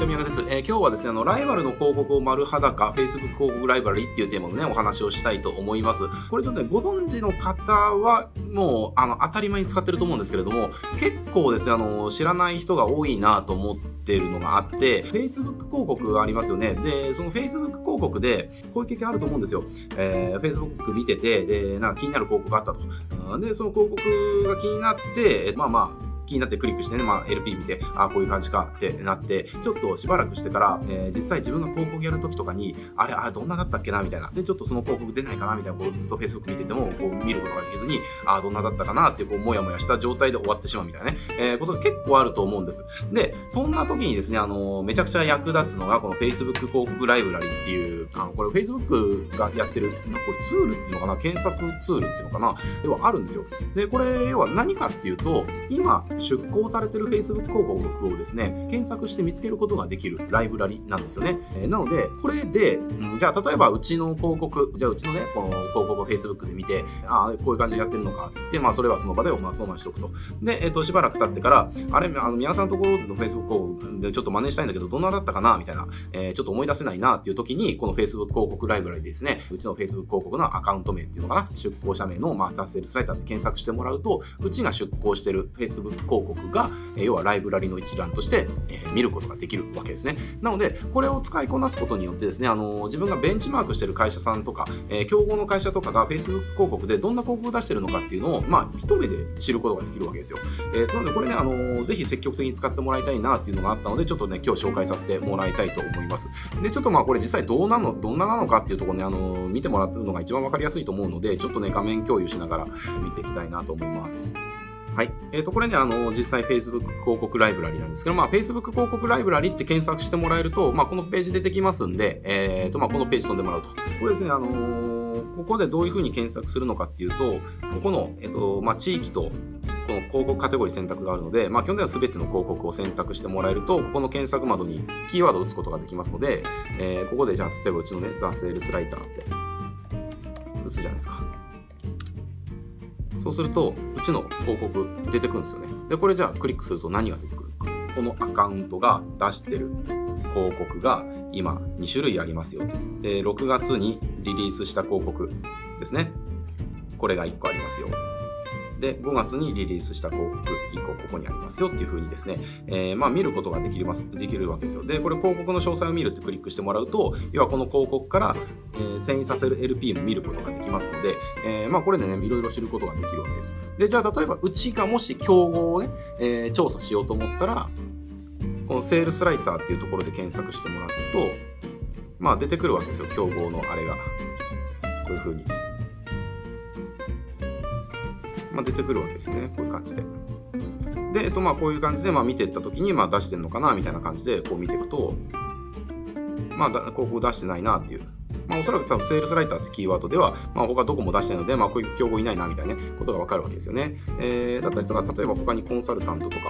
ちは、宮川です。今日はですね、ライバルの広告を丸裸、Facebook 広告ライバラリっていうテーマのね、お話をしたいと思います。これちょっとね、ご存知の方は、もう、当たり前に使ってると思うんですけれども、結構ですね、知らない人が多いなと思ってるのがあって、Facebook 広告ありますよね。で、その Facebook 広告で、こういう経験あると思うんですよ。Facebook 見てて、で、なんか気になる広告があったと。で、その広告が気になって、気になってクリックしてね、LP 見て、こういう感じかってなって、ちょっとしばらくしてから、実際自分が広告やるときとかに、あれ、どんなだったっけなみたいな。で、ちょっとその広告出ないかなみたいな、ずっと Facebook 見てても、見ることができずに、どんなだったかなっていう、もやもやした状態で終わってしまうみたいなね、ことが結構あると思うんです。で、そんな時にですね、めちゃくちゃ役立つのが、この Facebook 広告ライブラリっていう、これ Facebook がやってる、これツールっていうのかな、検索ツールっていうのかな、要はあるんですよ。で、これ、要は何かっていうと、今、出稿されてる Facebook 広告をですね、検索して見つけることができるライブラリなんですよね。なので、これで、じゃあ例えばうちの広告、じゃあうちのね、この広告を Facebook で見て、こういう感じでやってるのかって言って、それはその場でそのまましておくと。で、しばらく経ってから、宮さんのところの Facebook 広告でちょっと真似したいんだけど、どんなだったかなみたいな、ちょっと思い出せないなっていう時に、この Facebook 広告ライブラリでですね、うちの Facebook 広告のアカウント名っていうのかな、出稿者名のマスターセールスライターで検索してもらうと、うちが出稿してる Facebook 広告が、要はライブラリの一覧として、見ることができるわけですね。なので、これを使いこなすことによってですね、自分がベンチマークしてる会社さんとか、競合の会社とかが Facebook 広告でどんな広告を出してるのかっていうのを、一目で知ることができるわけですよ。なので、これね、ぜひ積極的に使ってもらいたいなっていうのがあったので、ちょっとね、今日紹介させてもらいたいと思います。で、ちょっとこれ実際どんななのかっていうところね、見てもらうのが一番わかりやすいと思うので、ちょっとね、画面共有しながら見ていきたいなと思います。はい。これね、実際 Facebook 広告ライブラリなんですけど、Facebook 広告ライブラリって検索してもらえると、このページ出てきますんで、このページ飛んでもらうと。これですね、ここでどういうふうに検索するのかっていうと、ここの、地域と、この広告カテゴリー選択があるので、基本的には全ての広告を選択してもらえると、ここの検索窓にキーワードを打つことができますので、ここでじゃあ、例えばうちのね、ザ・セールスライターって打つじゃないですか。そうすると、うちの広告出てくるんですよね。で、これじゃあクリックすると何が出てくるのか。このアカウントが出してる広告が今2種類ありますよと。で、6月にリリースした広告ですね。これが1個ありますよ。で、5月にリリースした広告1個ここにありますよっていう風にですね、見ることができるわけですよ。で、これ広告の詳細を見るってクリックしてもらうと、要はこの広告から、遷移させる LP も見ることができますので、これでね、いろいろ知ることができるわけです。で、じゃあ例えばうちがもし競合をね、調査しようと思ったら、このセールスライターっていうところで検索してもらうと、出てくるわけですよ、競合のあれが。こういう風に。出てくるわけですね。こういう感じで。で、こういう感じで、見ていったときに、出してんのかなみたいな感じで、こう見ていくと、広告出してないなっていう。おそらく多分、セールスライターってキーワードでは、他どこも出してないので、こういう競合いないなみたいな、ことがわかるわけですよね。だったりとか、例えば他にコンサルタントとか、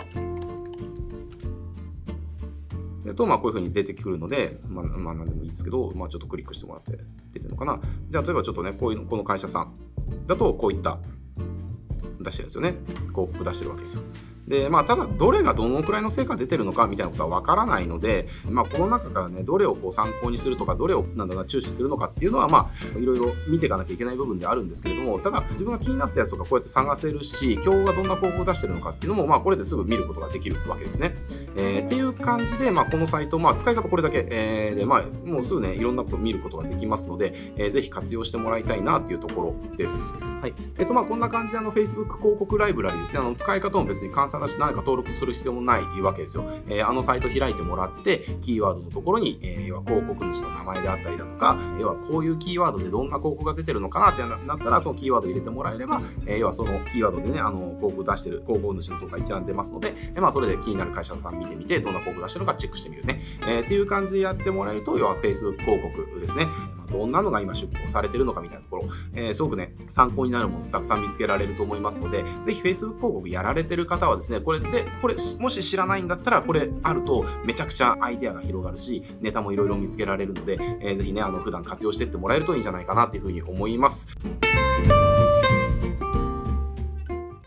こういう風に出てくるので、何でもいいですけど、ちょっとクリックしてもらって出てるのかな。じゃあ、例えばちょっとね、この会社さんだと、こういった、出してるんですよね。広告出してるわけですよ。で、ただどれがどのくらいの成果出てるのかみたいなことはわからないので、この中からね、どれを参考にするとか、どれを注視するのかっていうのは、いろいろ見ていかなきゃいけない部分であるんですけれども、ただ自分が気になったやつとかこうやって探せるし、競合がどんな広告を出してるのかっていうのも、これですぐ見ることができるわけですね。っていう感じで、このサイト、使い方これだけ、で、もうすぐね、いろんなことを見ることができますので、ぜひ活用してもらいたいなっていうところです。はい。こんな感じでFacebook 広告ライブラリですね。使い方も別に簡単だし、何か登録する必要もないわけですよ。サイト開いてもらって、キーワードのところに、要は広告主の名前であったりだとか、要はこういうキーワードでどんな広告が出てるのかなってなったら、そのキーワード入れてもらえれば、要はそのキーワードでね、広告出してる広告主のとこが一覧出ますので、それで気になる会社さん見てみて、どんな広告出してるのかチェックしてみるね。っていう感じでやってもらえると、要は Facebook 広告ですね。どんなのが今出稿されてるのかみたいなところ、すごくね、参考になるものたくさん見つけられると思いますので、ぜひ Facebook 広告やられてる方はですね、これもし知らないんだったら、これあるとめちゃくちゃアイデアが広がるし、ネタもいろいろ見つけられるので、ぜひね、普段活用していってもらえるといいんじゃないかなっていうふうに思います。